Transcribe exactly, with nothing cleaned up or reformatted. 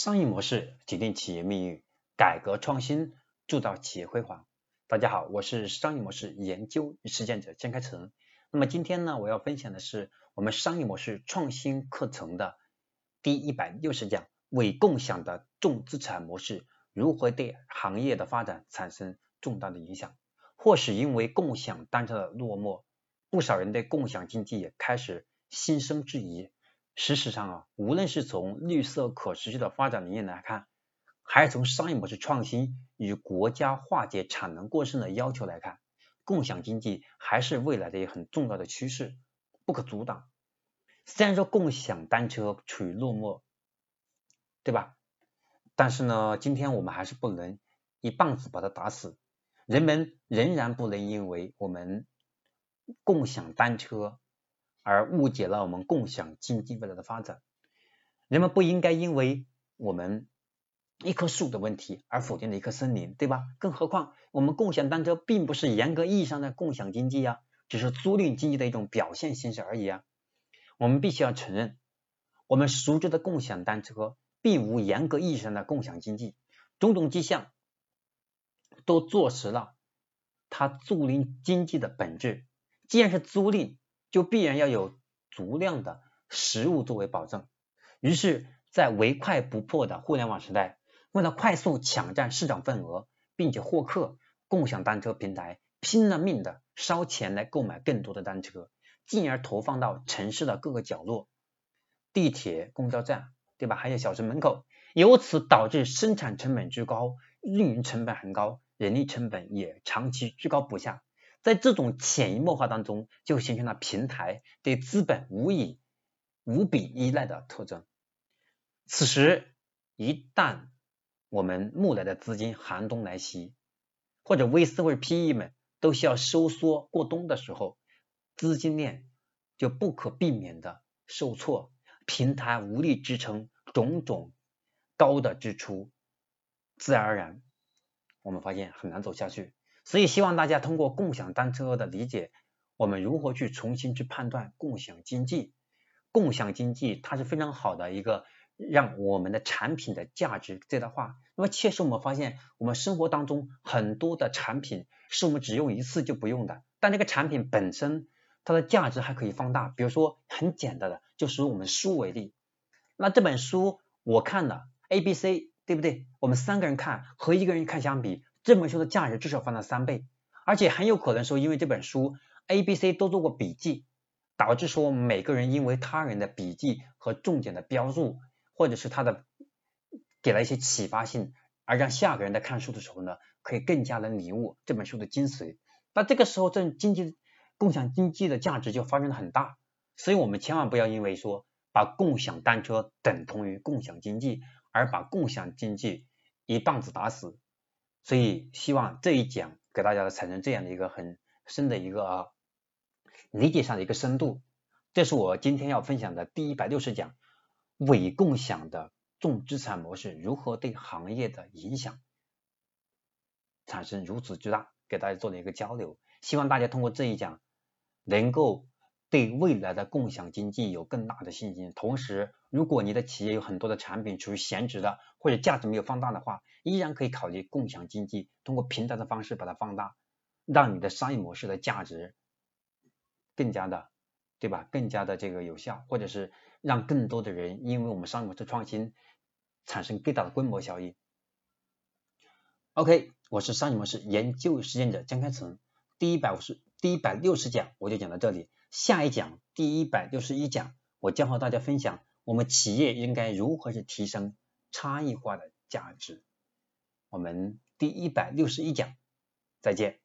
商业模式决定企业命运，改革创新铸造企业辉煌。大家好，我是商业模式研究与实践者江开成。那么今天呢，我要分享的是我们商业模式创新课程的第一百六十讲，伪共享的重资产模式如何对行业的发展产生重大的影响。或许因为共享单车的落寞，不少人对共享经济也开始心生质疑。事实上啊，无论是从绿色可持续的发展理念来看，还是从商业模式创新与国家化解产能过剩的要求来看，共享经济还是未来的一个很重要的趋势，不可阻挡。虽然说共享单车处于落寞，对吧？但是呢，今天我们还是不能一棒子把它打死。人们仍然不能因为我们共享单车而误解了我们共享经济未来的发展。人们不应该因为我们一棵树的问题而否定了一棵森林，对吧？更何况我们共享单车并不是严格意义上的共享经济啊，只是租赁经济的一种表现形式而已啊。我们必须要承认，我们熟知的共享单车并无严格意义上的共享经济，种种迹象都坐实了它租赁经济的本质。既然是租赁，就必然要有足量的实物作为保证。于是在唯快不破的互联网时代，为了快速抢占市场份额并且获客，共享单车平台拼了命的烧钱来购买更多的单车，进而投放到城市的各个角落，地铁、公交站，对吧？还有小城门口，由此导致生产成本居高，运营成本很高，人力成本也长期居高不下。在这种潜移默化当中，就形成了平台对资本无以无比依赖的特征。此时一旦我们募来的资金寒冬来袭，或者 V C 或者 P E 们都需要收缩过冬的时候，资金链就不可避免的受挫，平台无力支撑种种高的支出，自然而然我们发现很难走下去。所以希望大家通过共享单车的理解，我们如何去重新去判断共享经济。共享经济它是非常好的一个让我们的产品的价值最大化。那么确实我们发现我们生活当中很多的产品是我们只用一次就不用的，但这个产品本身它的价值还可以放大。比如说很简单的，就是我们书为例，那这本书我看了 A B C， 对不对？我们三个人看和一个人看相比，这本书的价值至少翻了三倍，而且很有可能说因为这本书 A B C 都做过笔记，导致说每个人因为他人的笔记和重点的标注，或者是他的给了一些启发性，而让下个人在看书的时候呢，可以更加的领悟这本书的精髓。那这个时候这种经济共享经济的价值就发生的很大。所以我们千万不要因为说把共享单车等同于共享经济，而把共享经济一棒子打死。所以希望这一讲给大家产生这样的一个很深的一个、啊、理解上的一个深度。这是我今天要分享的第一百六十讲，伪共享的重资产模式如何对行业的影响产生如此巨大，给大家做了一个交流。希望大家通过这一讲能够对未来的共享经济有更大的信心。同时如果你的企业有很多的产品处于闲置的，或者价值没有放大的话，依然可以考虑共享经济，通过平台的方式把它放大，让你的商业模式的价值更加的，对吧？更加的这个有效，或者是让更多的人因为我们商业模式创新产生更大的规模效应。OK， 我是商业模式研究实践者江开成。第一百五十第一百六十讲我就讲到这里，下一讲第一百六十一讲我将和大家分享我们企业应该如何去提升差异化的价值。我们第一百六十一讲再见。